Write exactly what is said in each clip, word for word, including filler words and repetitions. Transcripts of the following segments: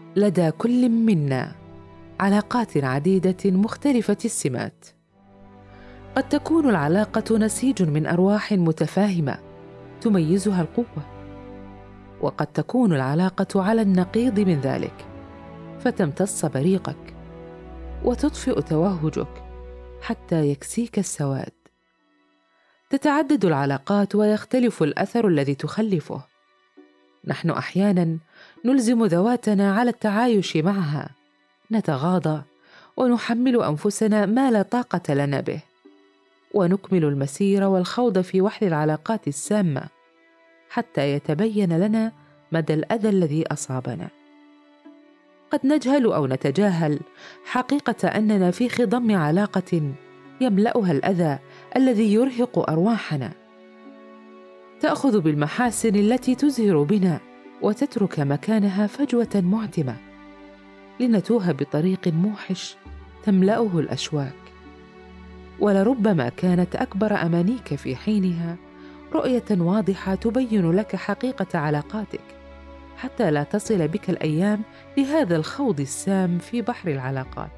لدى كل منا علاقات عديدة مختلفة السمات. قد تكون العلاقة نسيج من أرواح متفاهمة تميزها القوة، وقد تكون العلاقة على النقيض من ذلك فتمتص بريقك وتطفئ توهجك حتى يكسيك السواد. تتعدد العلاقات ويختلف الأثر الذي تخلفه. نحن أحياناً نلزم ذواتنا على التعايش معها، نتغاضى ونحمل أنفسنا ما لا طاقة لنا به، ونكمل المسير والخوض في وحل العلاقات السامة حتى يتبين لنا مدى الأذى الذي أصابنا. قد نجهل أو نتجاهل حقيقة أننا في خضم علاقة يملأها الأذى الذي يرهق أرواحنا. تأخذ بالمحاسن التي تزهر بنا وتترك مكانها فجوة معتمة لنتوه بطريق موحش تملأه الأشواك. ولربما كانت أكبر أمانيك في حينها رؤية واضحة تبين لك حقيقة علاقاتك، حتى لا تصل بك الأيام لهذا الخوض السام في بحر العلاقات.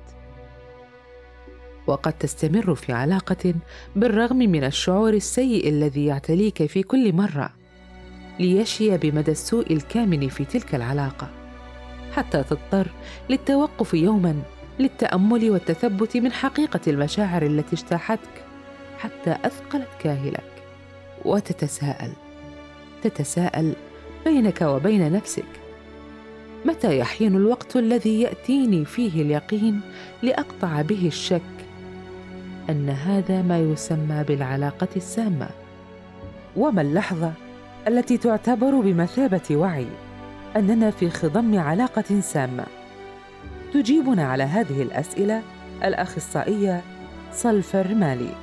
وقد تستمر في علاقة بالرغم من الشعور السيء الذي يعتليك في كل مرة، ليشي بمدى السوء الكامن في تلك العلاقة، حتى تضطر للتوقف يوماً للتأمل والتثبت من حقيقة المشاعر التي اجتاحتك حتى أثقلت كاهلك. وتتساءل تتساءل بينك وبين نفسك: متى يحين الوقت الذي يأتيني فيه اليقين لأقطع به الشك أن هذا ما يسمى بالعلاقة السامة؟ وما اللحظة التي تعتبر بمثابة وعي أننا في خضم علاقة سامة؟ تجيبنا على هذه الأسئلة الأخصائية صلفة الرمالي.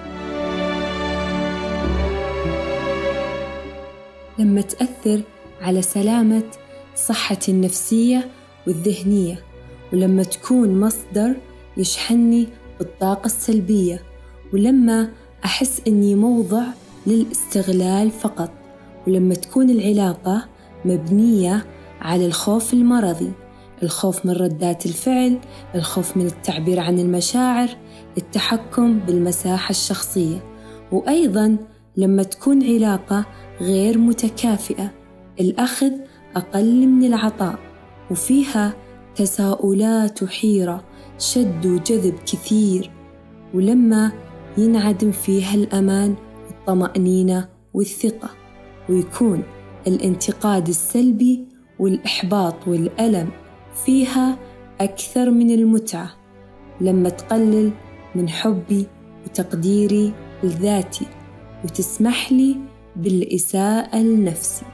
لما تأثر على سلامة صحتي النفسية والذهنية، ولما تكون مصدر يشحنني بالطاقة السلبية، ولما أحس أني موضع للاستغلال فقط، ولما تكون العلاقة مبنية على الخوف المرضي، الخوف من ردات الفعل، الخوف من التعبير عن المشاعر، التحكم بالمساحة الشخصية. وأيضاً لما تكون علاقة غير متكافئة، الأخذ أقل من العطاء، وفيها تساؤلات وحيرة، شد وجذب كثير، ولما ينعدم فيها الأمان والطمأنينة والثقة، ويكون الانتقاد السلبي والإحباط والألم فيها أكثر من المتعة، لما تقلل من حبي وتقديري لذاتي وتسمح لي بالإساءة لنفسي.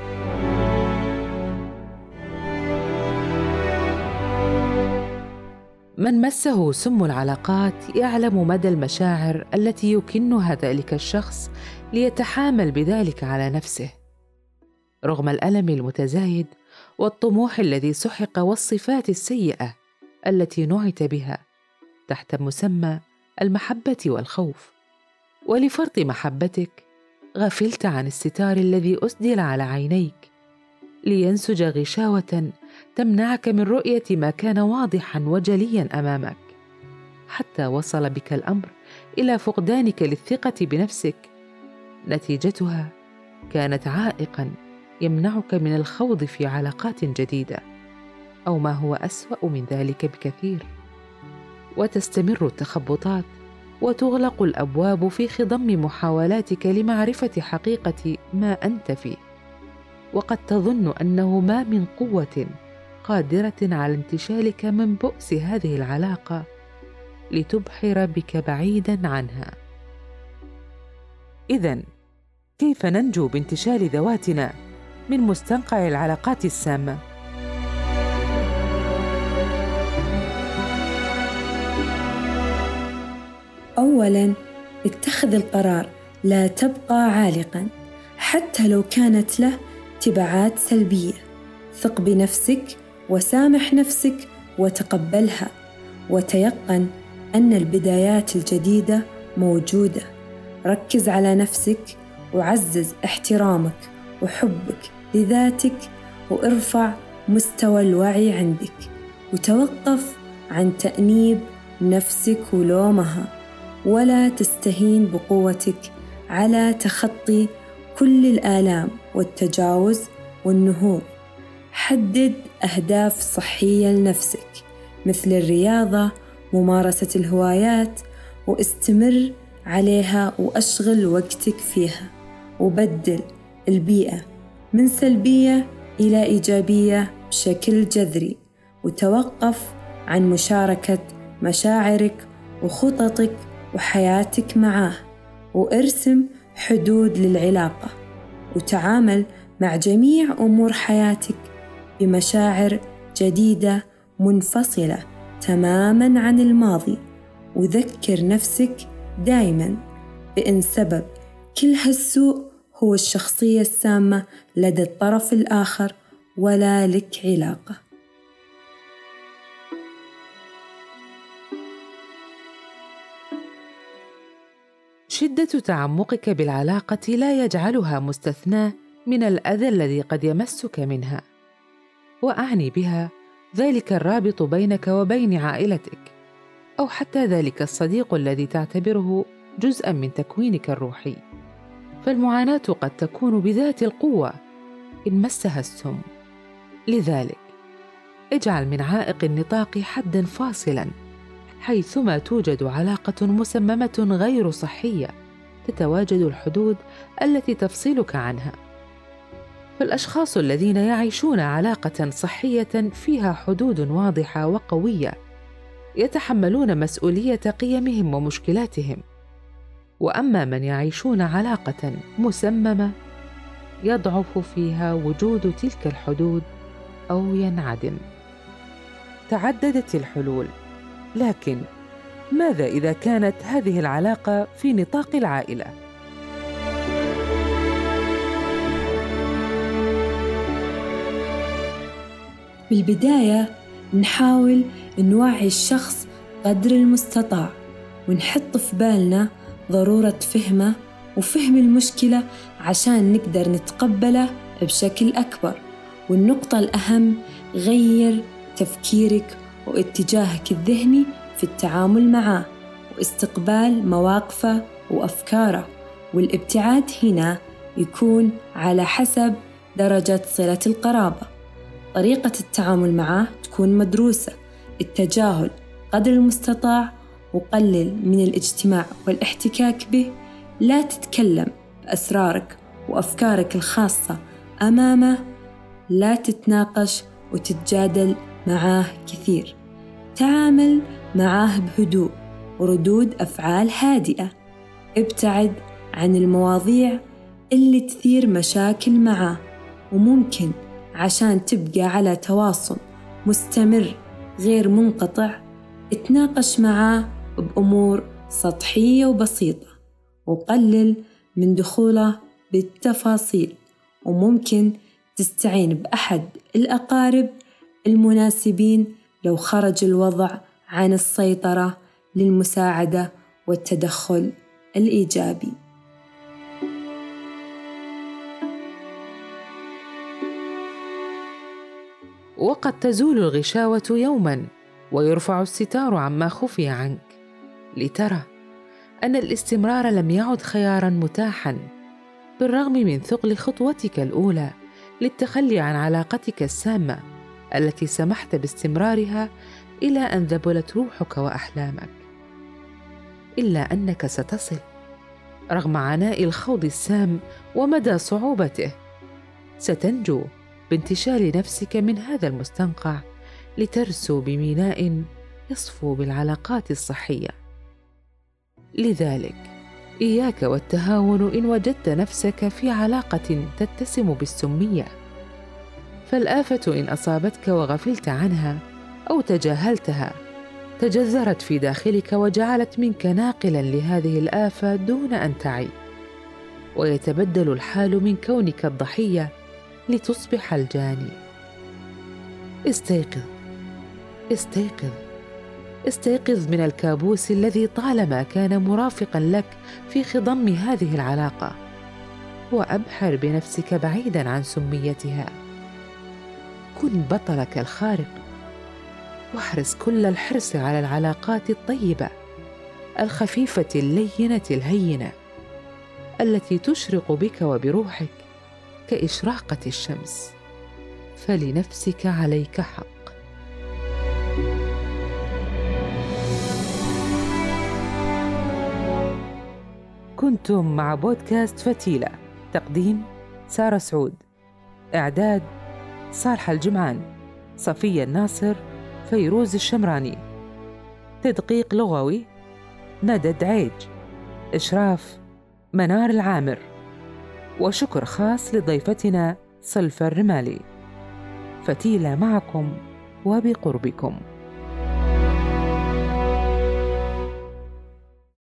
من مسه سم العلاقات يعلم مدى المشاعر التي يكنها ذلك الشخص ليتحامل بذلك على نفسه، رغم الألم المتزايد والطموح الذي سحق والصفات السيئة التي نعت بها تحت مسمى المحبة والخوف. ولفرط محبتك غفلت عن الستار الذي أسدل على عينيك لينسج غشاوة تمنعك من رؤية ما كان واضحاً وجلياً أمامك، حتى وصل بك الأمر إلى فقدانك للثقة بنفسك. نتيجتها كانت عائقاً يمنعك من الخوض في علاقات جديدة، أو ما هو أسوأ من ذلك بكثير. وتستمر التخبطات وتغلق الأبواب في خضم محاولاتك لمعرفة حقيقة ما أنت فيه، وقد تظن أنه ما من قوة قادرة على انتشالك من بؤس هذه العلاقة لتبحر بك بعيداً عنها. إذن كيف ننجو بانتشال ذواتنا من مستنقع العلاقات السامة؟ أولاً، اتخذ القرار لا تبقى عالقاً حتى لو كانت له تبعات سلبية. ثق بنفسك وسامح نفسك وتقبلها، وتيقن أن البدايات الجديدة موجودة. ركز على نفسك وعزز احترامك وحبك لذاتك، وارفع مستوى الوعي عندك، وتوقف عن تأنيب نفسك ولومها، ولا تستهين بقوتك على تخطي كل الآلام والتجاوز والنهوض. حدد أهداف صحية لنفسك مثل الرياضة، ممارسة الهوايات، واستمر عليها وأشغل وقتك فيها، وبدل البيئة من سلبية إلى إيجابية بشكل جذري، وتوقف عن مشاركة مشاعرك وخططك وحياتك معاه، وارسم حدود للعلاقة، وتعامل مع جميع أمور حياتك بمشاعر جديدة منفصلة تماماً عن الماضي. وذكر نفسك دايماً بأن سبب كل هالسوء هو الشخصية السامة لدى الطرف الآخر، ولا لك علاقة. شدة تعمقك بالعلاقة لا يجعلها مستثناة من الأذى الذي قد يمسك منها، وأعني بها ذلك الرابط بينك وبين عائلتك، أو حتى ذلك الصديق الذي تعتبره جزءاً من تكوينك الروحي. فالمعاناة قد تكون بذات القوة إن مسها السم. لذلك اجعل من عائق النطاق حداً فاصلاً، حيثما توجد علاقة مسممة غير صحية تتواجد الحدود التي تفصلك عنها. فالأشخاص الذين يعيشون علاقة صحية فيها حدود واضحة وقوية يتحملون مسؤولية قيمهم ومشكلاتهم، وأما من يعيشون علاقة مسممة يضعف فيها وجود تلك الحدود أو ينعدم. تعددت الحلول، لكن ماذا إذا كانت هذه العلاقة في نطاق العائلة؟ بالبداية نحاول نوعي الشخص قدر المستطاع، ونحط في بالنا ضرورة فهمه وفهم المشكلة عشان نقدر نتقبله بشكل أكبر. والنقطة الأهم، غير تفكيرك واتجاهك الذهني في التعامل معه واستقبال مواقفه وأفكاره، والابتعاد هنا يكون على حسب درجة صلة القرابة. طريقة التعامل معه تكون مدروسة، التجاهل قدر المستطاع، وقلل من الاجتماع والاحتكاك به. لا تتكلم بأسرارك وأفكارك الخاصة أمامه، لا تتناقش وتتجادل معاه كثير. تعامل معاه بهدوء وردود أفعال هادئة. ابتعد عن المواضيع اللي تثير مشاكل معاه، وممكن عشان تبقى على تواصل مستمر غير منقطع اتناقش معاه بأمور سطحية وبسيطة، وقلل من دخوله بالتفاصيل. وممكن تستعين بأحد الأقارب المناسبين لو خرج الوضع عن السيطرة للمساعدة والتدخل الإيجابي. وقد تزول الغشاوة يوماً ويرفع الستار عما خفي عنك، لترى أن الاستمرار لم يعد خياراً متاحاً، بالرغم من ثقل خطوتك الأولى للتخلي عن علاقتك السامة التي سمحت باستمرارها إلى أن ذبلت روحك وأحلامك. إلا أنك ستصل رغم عناء الخوض السام ومدى صعوبته. ستنجو بانتشال نفسك من هذا المستنقع لترسو بميناء يصفو بالعلاقات الصحية. لذلك إياك والتهاون إن وجدت نفسك في علاقة تتسم بالسمية، فالآفة إن أصابتك وغفلت عنها أو تجاهلتها تجذرت في داخلك وجعلت منك ناقلاً لهذه الآفة دون أن تعي، ويتبدل الحال من كونك الضحية لتصبح الجاني. استيقظ استيقظ استيقظ من الكابوس الذي طالما كان مرافقاً لك في خضم هذه العلاقة، وأبحر بنفسك بعيداً عن سميتها. كن بطلك الخارق، واحرص كل الحرص على العلاقات الطيبة الخفيفة اللينة الهينة التي تشرق بك وبروحك كإشراقة الشمس، فلنفسك عليك حق. كنتم مع بودكاست فتيلة، تقديم سارة سعود، إعداد صالح الجمعان، صفية الناصر، فيروز الشمراني، تدقيق لغوي ندى دعيج، إشراف منار العامر، وشكر خاص لضيفتنا صلفة الرمالي. فتيلة معكم وبقربكم.